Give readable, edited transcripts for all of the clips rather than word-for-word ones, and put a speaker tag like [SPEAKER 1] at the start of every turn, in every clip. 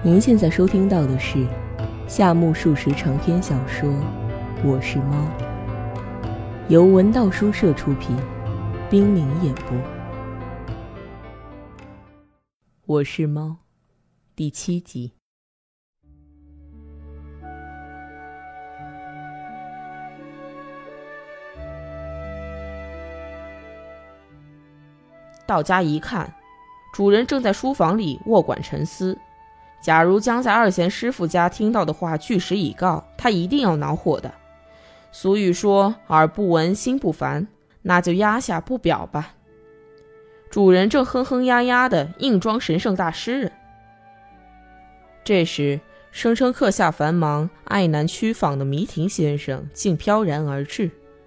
[SPEAKER 1] 您现在收听到的是夏目漱石长篇小说《我是猫》，由文道书社出品，冰凌演播。我是猫，第7集。
[SPEAKER 2] 到家一看，主人正在书房里卧管沉思。假如将在二贤师傅家听到的话据实以告，他一定要恼火的。俗语说耳不闻心不烦，那就压下不表吧。主人正哼哼呀呀的硬装神圣大诗人。这时声称课下繁忙爱难屈访的弥亭先生竟飘然而至。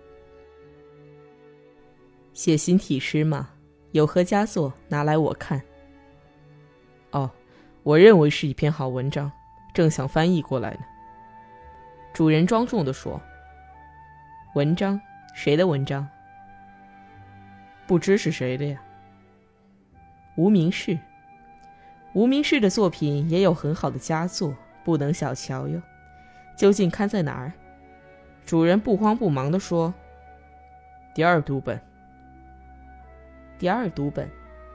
[SPEAKER 1] 写新体诗吗？有何佳作拿来我看。
[SPEAKER 3] 哦，我认为是一篇好文章，正想翻译过来呢。
[SPEAKER 2] 主人庄重地说。
[SPEAKER 1] 文章？谁的文章？
[SPEAKER 3] 不知是谁的呀。
[SPEAKER 1] 无名氏。无名氏的作品也有很好的佳作，不能小瞧哟。究竟刊在哪儿？
[SPEAKER 2] 主人不慌不忙地说。
[SPEAKER 3] 第2读本。
[SPEAKER 1] 第2读本，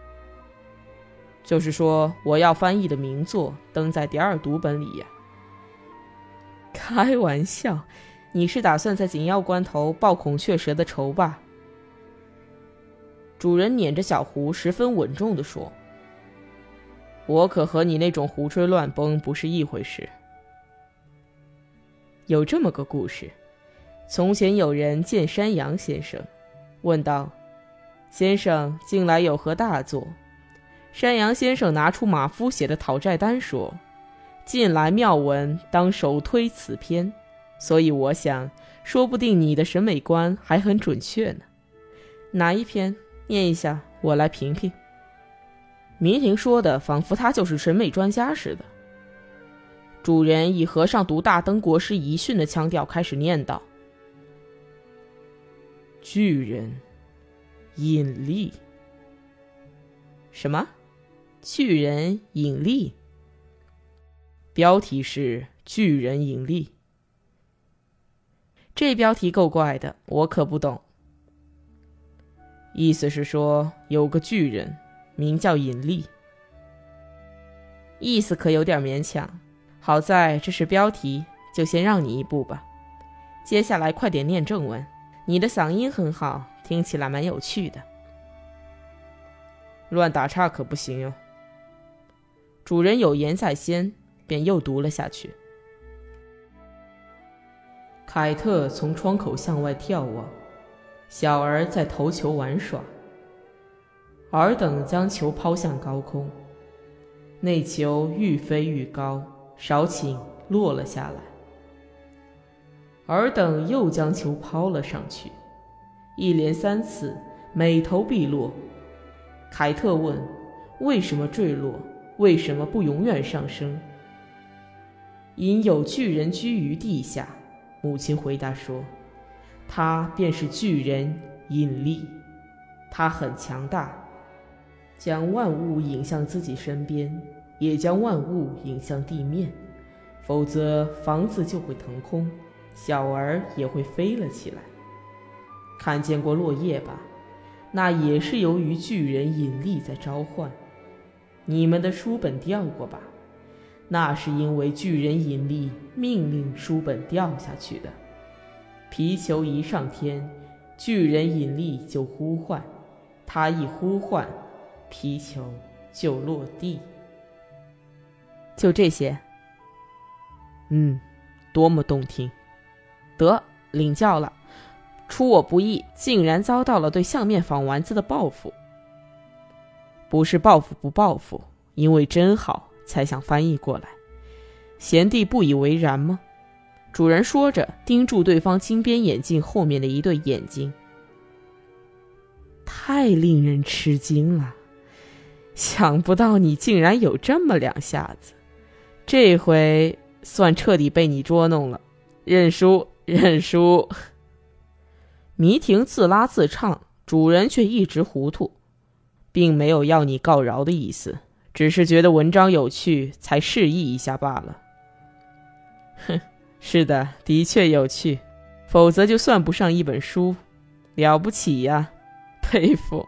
[SPEAKER 2] 就是说我要翻译的名作登在第2读本里呀。
[SPEAKER 1] 开玩笑，你是打算在紧要关头报孔雀蛇的仇吧？
[SPEAKER 2] 主人捻着小胡十分稳重地说。我可和你那种胡吹乱蹦不是一回事。
[SPEAKER 1] 有这么个故事，从前有人见山羊先生，问道：先生近来有何大作？山羊先生拿出马夫写的讨债单说：近来妙文当首推此篇，所以我想说不定你的审美观还很准确呢。哪一篇？念一下我来评评。
[SPEAKER 2] 弥亭说的仿佛他就是审美专家似的。主人以和尚读大灯国师遗训的腔调开始念道：
[SPEAKER 3] 巨人引力。
[SPEAKER 1] 什么？巨人引力？
[SPEAKER 3] 标题是巨人引力。
[SPEAKER 1] 这标题够怪的，我可不懂。
[SPEAKER 3] 意思是说有个巨人名叫引力。
[SPEAKER 1] 意思可有点勉强，好在这是标题，就先让你一步吧。接下来快点念正文，你的嗓音很好，听起来蛮有趣的。
[SPEAKER 3] 乱打岔可不行哟。
[SPEAKER 2] 主人有言在先，便又读了下去。
[SPEAKER 1] 凯特从窗口向外眺望，小儿在投球玩耍，尔等将球抛向高空，那球愈飞愈高，少顷落了下来。尔等又将球抛了上去，一连3次，每投必落。凯特问：为什么坠落？为什么不永远上升？因有巨人居于地下，母亲回答说，他便是巨人引力。他很强大，将万物引向自己身边，也将万物引向地面，否则房子就会腾空，小儿也会飞了起来。看见过落叶吧？那也是由于巨人引力在召唤。你们的书本掉过吧？那是因为巨人引力命令书本掉下去的。皮球一上天，巨人引力就呼唤，他一呼唤，皮球就落地。就这些。
[SPEAKER 3] 多么动听。
[SPEAKER 2] 得，领教了。出我不意，竟然遭到了对相面仿丸子的报复。
[SPEAKER 3] 不是报复不报复，因为真好才想翻译过来。贤弟不以为然吗？
[SPEAKER 2] 主人说着盯住对方金边眼镜后面的一对眼睛。
[SPEAKER 1] 太令人吃惊了，想不到你竟然有这么2下子，这回算彻底被你捉弄了。认输认输。
[SPEAKER 2] 弥亭自拉自唱，主人却一直糊涂，
[SPEAKER 3] 并没有要你告饶的意思， 只是觉得文章有趣，才示意一下罢了。哼，是的，的确有趣，否则就算不上一本书。了不起呀，佩服。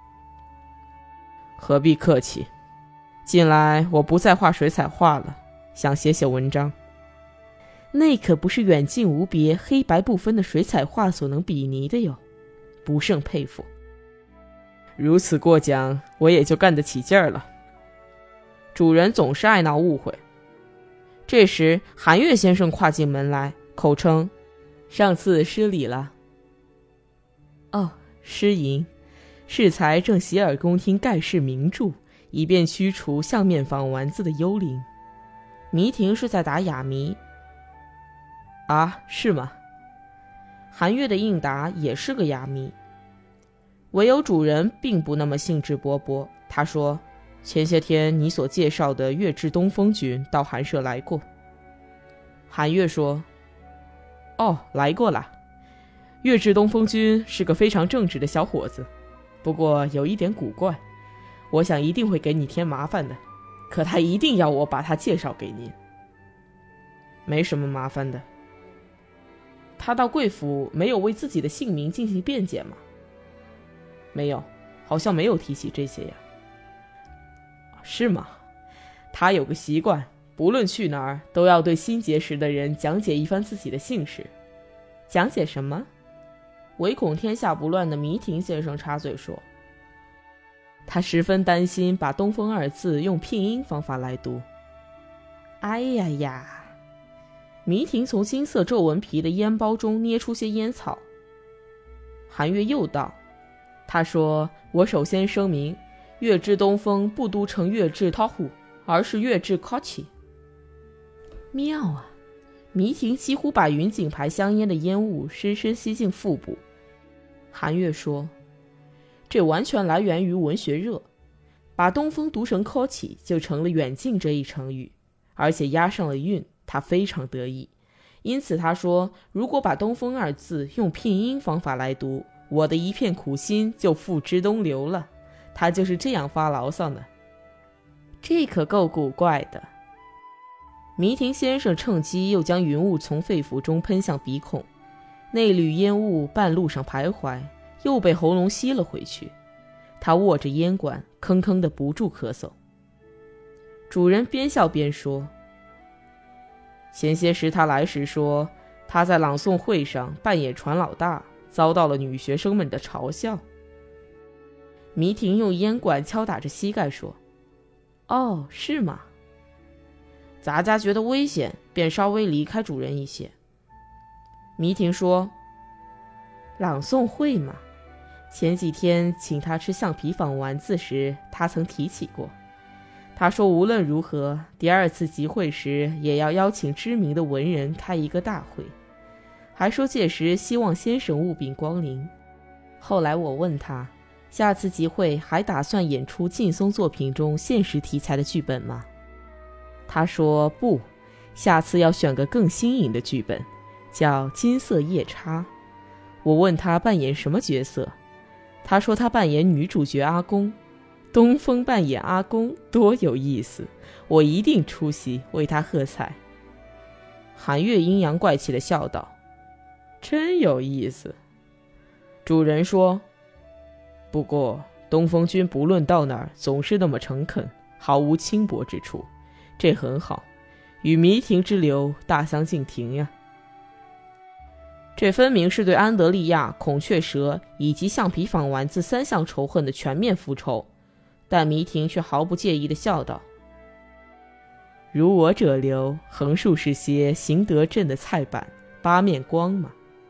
[SPEAKER 3] 何必客气。近来我不再画水彩画了，想写写文章。
[SPEAKER 2] 那可不是远近无别、黑白不分的水彩画所能比拟的哟，不胜佩服。
[SPEAKER 3] 如此过奖，我也就干得起劲儿了。主人总是爱闹误会。这时韩岳先生跨进门来，口称
[SPEAKER 1] 上次失礼了。
[SPEAKER 2] 哦，失迎，适才正洗耳恭听盖世名著，以便驱除相面仿丸子的幽灵。迷婷是在打哑谜。
[SPEAKER 3] 啊，是吗？
[SPEAKER 2] 韩岳的应答也是个哑谜。唯有主人并不那么兴致勃勃，他说，前些天你所介绍的岳志东风君到寒舍来过。
[SPEAKER 3] 韩岳说，哦，来过了。岳志东风君是个非常正直的小伙子，不过有一点古怪，我想一定会给你添麻烦的，可他一定要我把他介绍给您。
[SPEAKER 1] 没什么麻烦的。
[SPEAKER 3] 他到贵府没有为自己的姓名进行辩解吗？
[SPEAKER 1] 没有，好像没有提起这些呀。
[SPEAKER 3] 是吗？他有个习惯，不论去哪儿都要对新结识的人讲解一番自己的姓氏。
[SPEAKER 2] 讲解什么？唯恐天下不乱的迷婷先生插嘴说，
[SPEAKER 1] 他十分担心把东风二字用拼音方法来读。
[SPEAKER 2] 哎呀呀！迷婷从金色皱纹皮的烟包中捏出些烟草。
[SPEAKER 1] 韩岳又道，他说，我首先声明，岳志东风不读成岳志涛虎，而是岳志 Kochi。
[SPEAKER 2] 妙啊！迷婷几乎把云锦牌香烟的烟雾深深吸进腹部。
[SPEAKER 1] 韩岳说，这完全来源于文学热，把东风读成 Kochi 就成了远近这一成语，而且押上了韵，他非常得意。因此他说，如果把东风二字用拼音方法来读，我的一片苦心就付之东流了。他就是这样发牢骚呢。
[SPEAKER 2] 这可够古怪的。迷婷先生趁机又将云雾从肺腑中喷向鼻孔，那缕烟雾半路上徘徊，又被喉咙吸了回去。他握着烟管，吭吭地不住咳嗽。
[SPEAKER 1] 主人边笑边说，前些时他来时说，他在朗诵会上扮演船老大，遭到了女学生们的嘲笑。
[SPEAKER 2] 迷婷用烟管敲打着膝盖说，哦，是吗？
[SPEAKER 1] 咱家觉得危险，便稍微离开主人一些。迷婷说，
[SPEAKER 2] 朗诵会嘛，前几天请他吃橡皮仿丸子时，他曾提起过。他说无论如何，第二次集会时也要邀请知名的文人开一个大会，还说届时希望先生务禀光临。后来我问他，下次集会还打算演出劲松作品中现实题材的剧本吗？他说不，下次要选个更新颖的剧本，叫《金色夜叉》。我问他扮演什么角色，他说他扮演女主角阿公。东风扮演阿公多有意思，我一定出席为他喝彩。
[SPEAKER 1] 韩岳阴阳怪气地笑道，真有意思。主人说，不过东风君不论到哪儿总是那么诚恳，毫无轻薄之处，这很好，与迷婷之流大相径庭呀。这分明是对安德利亚、孔雀蛇以及橡皮仿丸子三项仇恨的全面复仇，但迷婷却毫不介意地笑道，
[SPEAKER 2] 如我者流，横竖是些行德镇的菜板，八面光嘛。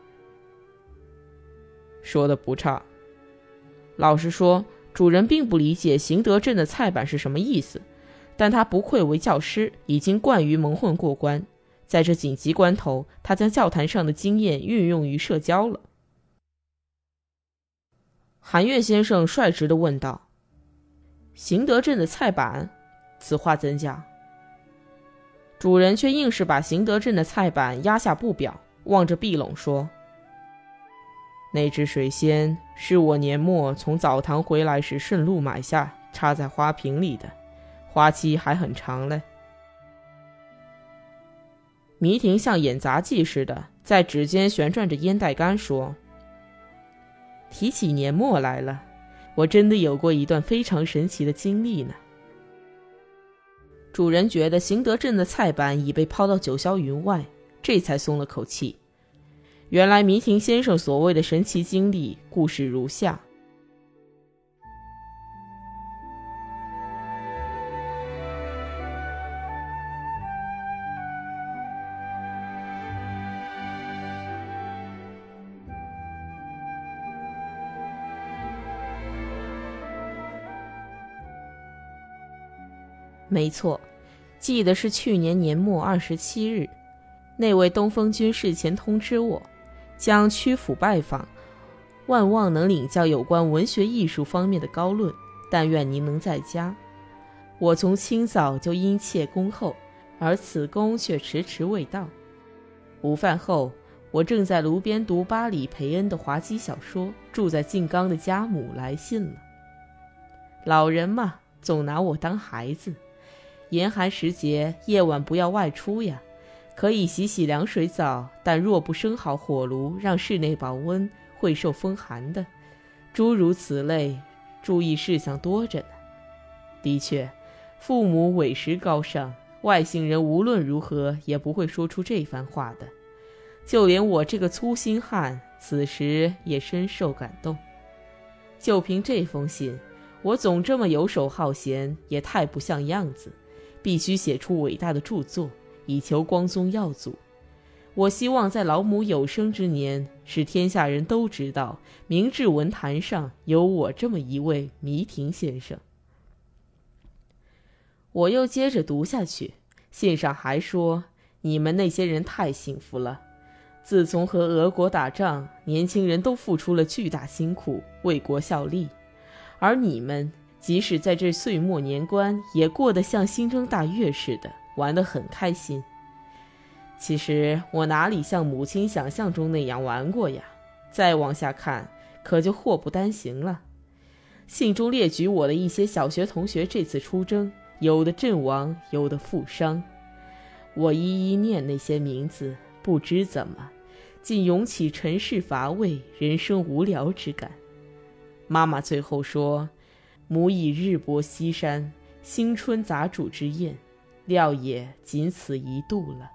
[SPEAKER 1] 说得不差。老实说，主人并不理解行德镇的菜板是什么意思，但他不愧为教师，已经惯于蒙混过关。在这紧急关头，他将教坛上的经验运用于社交了。韩岳先生率直地问道，行德镇的菜板，此话怎讲？主人却硬是把行德镇的菜板压下布表，望着壁垄说，那只水仙是我年末从澡堂回来时顺路买下，插在花瓶里的，
[SPEAKER 2] 花期还很长嘞。迷婷像演杂技似的在指尖旋转着烟袋杆说，提起年末来了，我真的有过一段非常神奇的经历呢。主人觉得行德镇的菜板已被抛到九霄云外，这才松了口气。原来迷婷先生所谓的神奇经历，故事如下。没错，记得是去年年末27日，那位东风君事前通知我，将曲阜拜访，万望能领教有关文学艺术方面的高论，但愿您能在家。我从清早就殷切恭候，而此公却迟迟未到。午饭后，我正在炉边读巴里培恩的滑稽小说，住在静冈的家母来信了。老人嘛，总拿我当孩子。严寒时节，夜晚不要外出呀，可以洗洗凉水澡，但若不生好火炉，让室内保温，会受风寒的。诸如此类，注意事项多着呢。的确，父母委实高尚，外姓人无论如何也不会说出这番话的。就连我这个粗心汉，此时也深受感动。就凭这封信，我总这么游手好闲，也太不像样子。必须写出伟大的著作，以求光宗耀祖。我希望在老母有生之年，使天下人都知道，明治文坛上有我这么一位迷婷先生。我又接着读下去，信上还说，你们那些人太幸福了。自从和俄国打仗，年轻人都付出了巨大辛苦，为国效力，而你们即使在这岁末年关，也过得像新生大悦似的，玩得很开心。其实我哪里像母亲想象中那样玩过呀？再往下看，可就祸不单行了。信中列举我的一些小学同学这次出征，有的阵亡，有的负伤。我一一念那些名字，不知怎么，竟涌起尘世乏味、人生无聊之感。妈妈最后说，母以日薄西山，新春杂煮之宴，料也仅此一度了。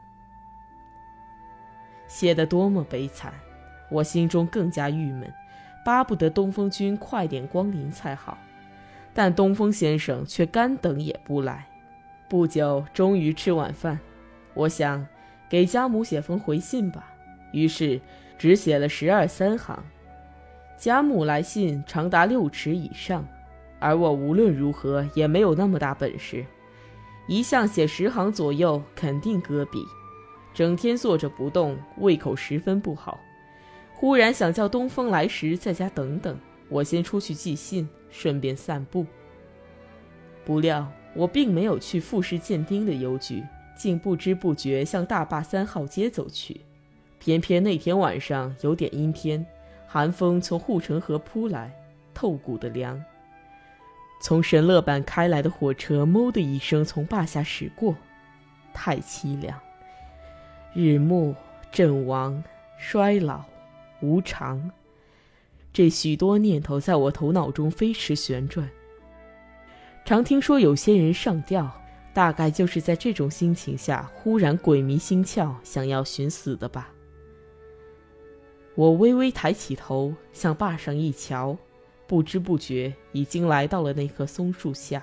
[SPEAKER 2] 写得多么悲惨，我心中更加郁闷，巴不得东风君快点光临才好。但东风先生却干等也不来。不久终于吃晚饭，我想给家母写封回信吧，于是只写了12、3行。家母来信长达6尺以上，而我无论如何也没有那么大本事，一向写10行左右肯定搁笔，整天坐着不动，胃口十分不好。忽然想叫东风来时在家等等，我先出去寄信，顺便散步。不料我并没有去富士见町的邮局，竟不知不觉向大坝3号街走去。偏偏那天晚上有点阴天，寒风从护城河扑来，透骨的凉。从神乐坂开来的火车哞的一声从坝下驶过，太凄凉。日暮、阵亡、衰老、无常，这许多念头在我头脑中飞驰旋转。常听说有些人上吊，大概就是在这种心情下忽然鬼迷心窍，想要寻死的吧。我微微抬起头，向坝上一瞧，不知不觉已经来到了那棵松树下。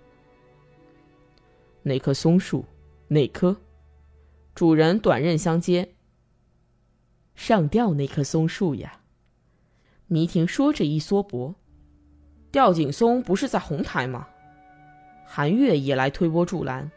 [SPEAKER 2] 哪棵松树？哪棵？主人短刃相接。上吊那棵松树呀。迷婷说着一缩脖。吊颈松不是在红台吗？韩月也来推波助澜。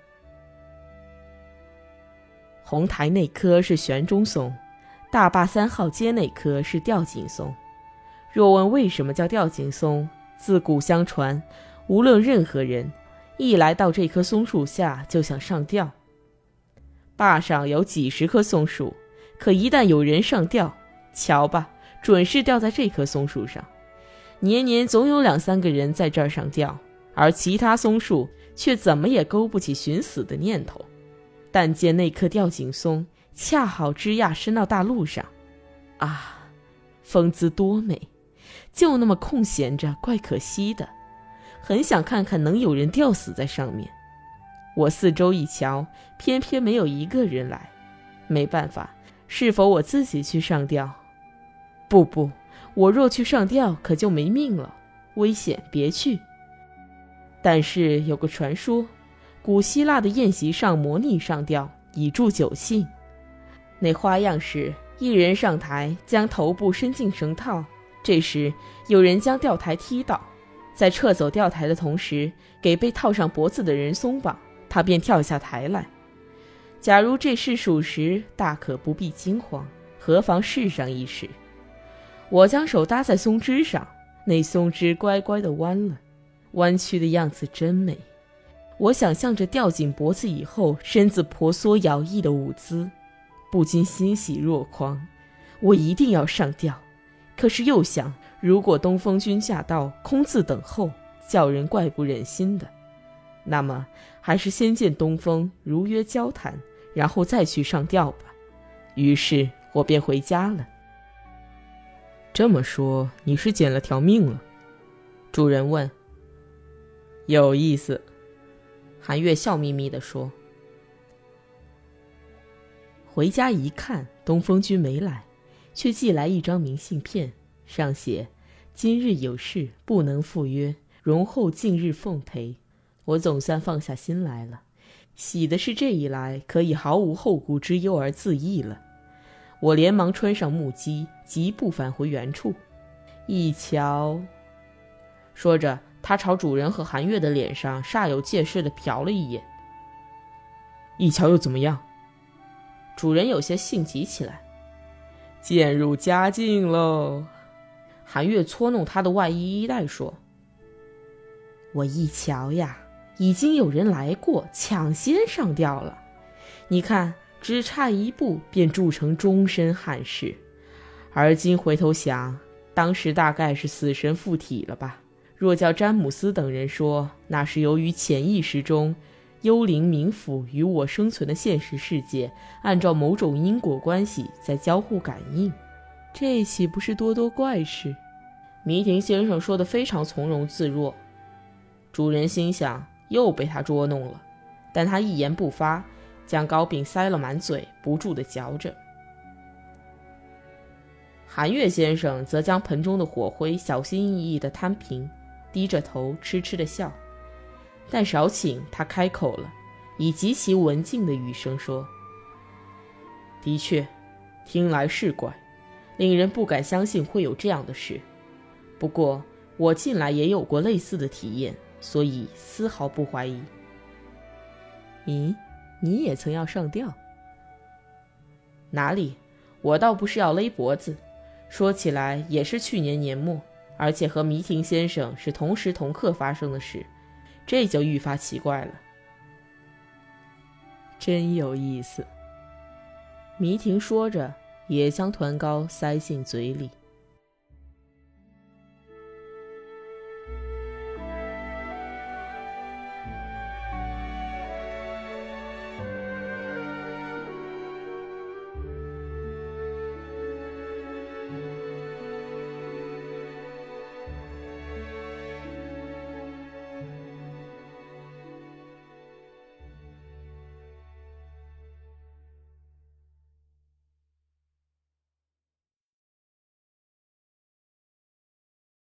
[SPEAKER 2] 红台那棵是悬中松，大坝3号街那棵是吊颈松。若问为什么叫吊颈松，自古相传，无论任何人一来到这棵松树下就想上吊。坝上有几十棵松树，可一旦有人上吊，瞧吧，准是吊在这棵松树上。年年总有2、3个人在这儿上吊，而其他松树却怎么也勾不起寻死的念头。但见那棵吊颈松恰好枝桠伸到大路上，啊，风姿多美，就那么空闲着，怪可惜的。很想看看能有人吊死在上面。我四周一瞧，偏偏没有一个人来。没办法，是否我自己去上吊？不，我若去上吊，可就没命了，危险，别去。但是有个传说，古希腊的宴席上模拟上吊，以助酒兴。那花样是一人上台，将头部伸进绳套，这时有人将吊台踢倒，在撤走吊台的同时，给被套上脖子的人松绑，他便跳下台来。假如这事属实，大可不必惊慌，何妨试上一试。我将手搭在松枝上，那松枝乖乖地弯了，弯曲的样子真美。我想象着吊紧脖子以后身子婆娑摇曳的舞姿，不禁欣喜若狂。我一定要上吊，可是又想，如果东风君驾到，空自等候，叫人怪不忍心的。那么还是先见东风，如约交谈，然后再去上吊吧。于是我便回家了。
[SPEAKER 3] 这么说，你是捡了条命了？
[SPEAKER 2] 主人问。
[SPEAKER 3] 有意思。
[SPEAKER 2] 韩月笑眯眯地说。回家一看，东风君没来，却寄来一张明信片，上写今日有事，不能赴约，容后近日奉陪。我总算放下心来了，喜的是这一来可以毫无后顾之忧而自缢了。我连忙穿上木屐，疾步返回原处。一瞧，说着他朝主人和韩月的脸上煞有介事地瞟了一眼。
[SPEAKER 3] 一瞧又怎么样？
[SPEAKER 2] 主人有些性急起来。
[SPEAKER 3] 渐入佳境喽。
[SPEAKER 2] 韩月搓弄他的外衣衣带说。我一瞧呀，已经有人来过，抢先上吊了。你看，只差一步便铸成终身憾事。而今回头想，当时大概是死神附体了吧。若叫詹姆斯等人说，那是由于潜意识中幽灵冥府与我生存的现实世界按照某种因果关系在交互感应，这岂不是多多怪事？弥廷先生说得非常从容自若。主人心想，又被他捉弄了，但他一言不发，将糕饼塞了满嘴，不住地嚼着。韩月先生则将盆中的火灰小心翼翼地摊平，低着头痴痴地笑。但少顷他开口了，以极其文静的语声说：的确，听来是怪，令人不敢相信会有这样的事。不过我近来也有过类似的体验，所以丝毫不怀疑。咦，你也曾要上吊？哪里，我倒不是要勒脖子，说起来也是去年年末，而且和弥廷先生是同时同刻发生的事，这就愈发奇怪了。真有意思。弥廷说着，也将团糕塞进嘴里。